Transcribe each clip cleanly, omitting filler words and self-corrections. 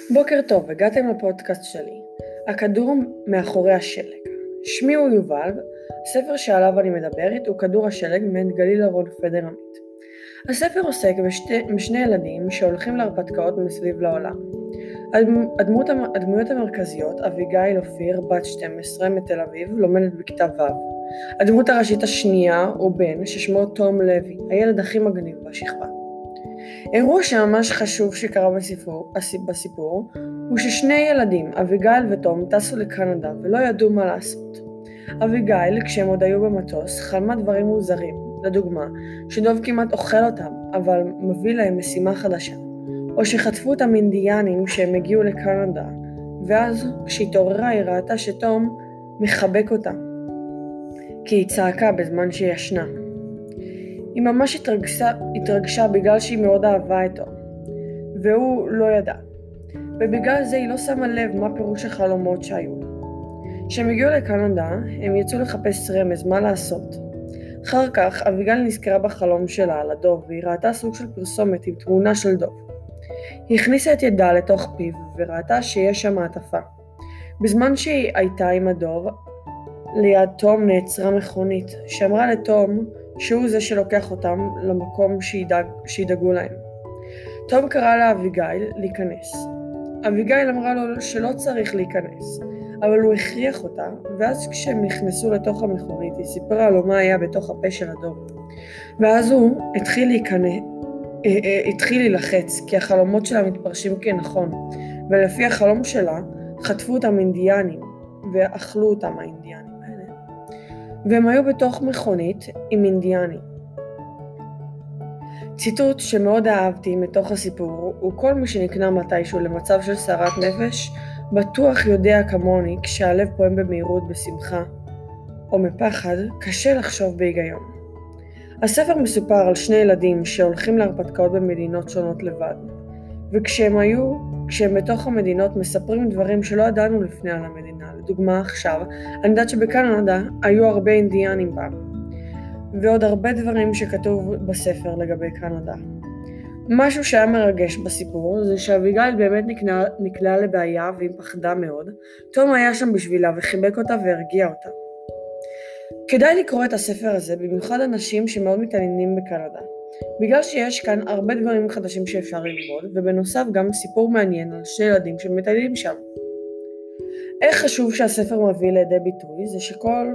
בוקר טוב, הגעתם לפודקאסט שלי, הכדור מאחורי השלג. שמי הוא יובל, הספר שעליו אני מדברת הוא כדור השלג מאת גלילה רון-פדר עמית. הספר עוסק בשני ילדים שהולכים להרפתקאות מסביב לעולם. הדמויות המרכזיות, אביגיל אופיר, בת 12 מתל אביב, לומדת בכיתה ו'. הדמות הראשית השנייה הוא בן ששמו תום לוי, הילד הכי מגניב בשכבה. אירוע שממש חשוב שקרה בסיפור הוא ששני ילדים, אביגיל ותום, טסו לקנדה ולא ידעו מה לעשות. אביגיל, כשהם עוד היו במטוס, חלמה דברים מוזרים, לדוגמה, שדוב כמעט אוכל אותם, אבל מביא להם משימה חדשה, או שחטפו אותם אינדיאנים כשהם הגיעו לקנדה, ואז כשהתעוררה היא ראתה שתום מחבק אותה, כי היא צעקה בזמן שהיא ישנה. היא ממש התרגשה בגלל שהיא מאוד אהבה את תום, והוא לא ידע. ובגלל זה היא לא שמה לב מה פירוש החלומות שהיו. כשהם הגיעו לקנדה, הם יצאו לחפש רמז מה לעשות. אחר כך, אביגיל נזכרה בחלום שלה על הדוב, והיא ראתה סוג של פרסומת עם תמונה של דוב. היא הכניסה את ידה לתוך פיו, וראתה שיש שם מעטפה. בזמן שהיא הייתה עם הדוב, ליד תום נעצרה מכונית, שאמרה לתום שהוא זה שלוקח אותם למקום שידאגו להם. תום קרא לאביגיל להיכנס. אביגיל אמרה לו שלא צריך להיכנס, אבל הוא הכריח אותה, ואז כשהם נכנסו לתוך המכונית, היא סיפרה לו מה היה בתוך הפה של הדוב. ואז הוא התחיל להילחץ, כי החלומות שלה מתפרשים כנכון, ולפי החלום שלה, חטפו אותם אינדיאנים, ואכלו אותם האינדיאנים האלה. והם היו בתוך מכונית עם אינדיאנים. ציטוט שמאוד אהבתי מתוך הסיפור הוא כל מי שנקנה מתישהו למצב של סערת נפש בטוח יודע כמוני כשהלב פועם במהירות בשמחה או מפחד קשה לחשוב בהיגיון. הספר מסופר על שני ילדים שהולכים להרפתקאות במדינות שונות לבד, וכשהם בתוך המדינות מספרים דברים שלא ידענו לפני על המדינה. לדוגמה עכשיו, אני יודעת שבקנדה היו הרבה אינדיאנים בה, ועוד הרבה דברים שכתוב בספר לגבי קנדה. משהו שהיה מרגש בסיפור זה שאביגיל באמת נקלעה לבעיה והיא פחדה מאוד. תום היה שם בשבילה וחיבק אותה והרגיע אותה. כדאי לקרוא את הספר הזה, במיוחד אנשים שמאוד מתעניינים בקנדה, בגלל שיש כאן הרבה דברים חדשים שאפשר ללמוד, ובנוסף גם סיפור מעניין על שני ילדים שמטיילים שם. איך חשוב שהספר מביא לידי ביטוי זה שכל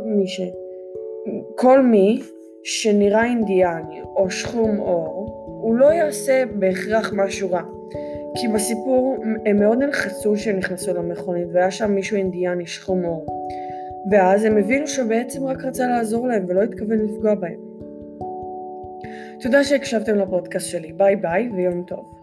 מי שנראה אינדיאני או שחום אור, הוא לא יעשה בהכרח משהו רע. כי בסיפור הם מאוד נלחצו שנכנסו למכונית והיה שם מישהו אינדיאני שחום אור. ואז הם הבינו שבעצם רק רצה לעזור להם ולא התכוון לפגוע בהם. תודה שהקשבתם לפודקאסט שלי. ביי ביי ויום טוב.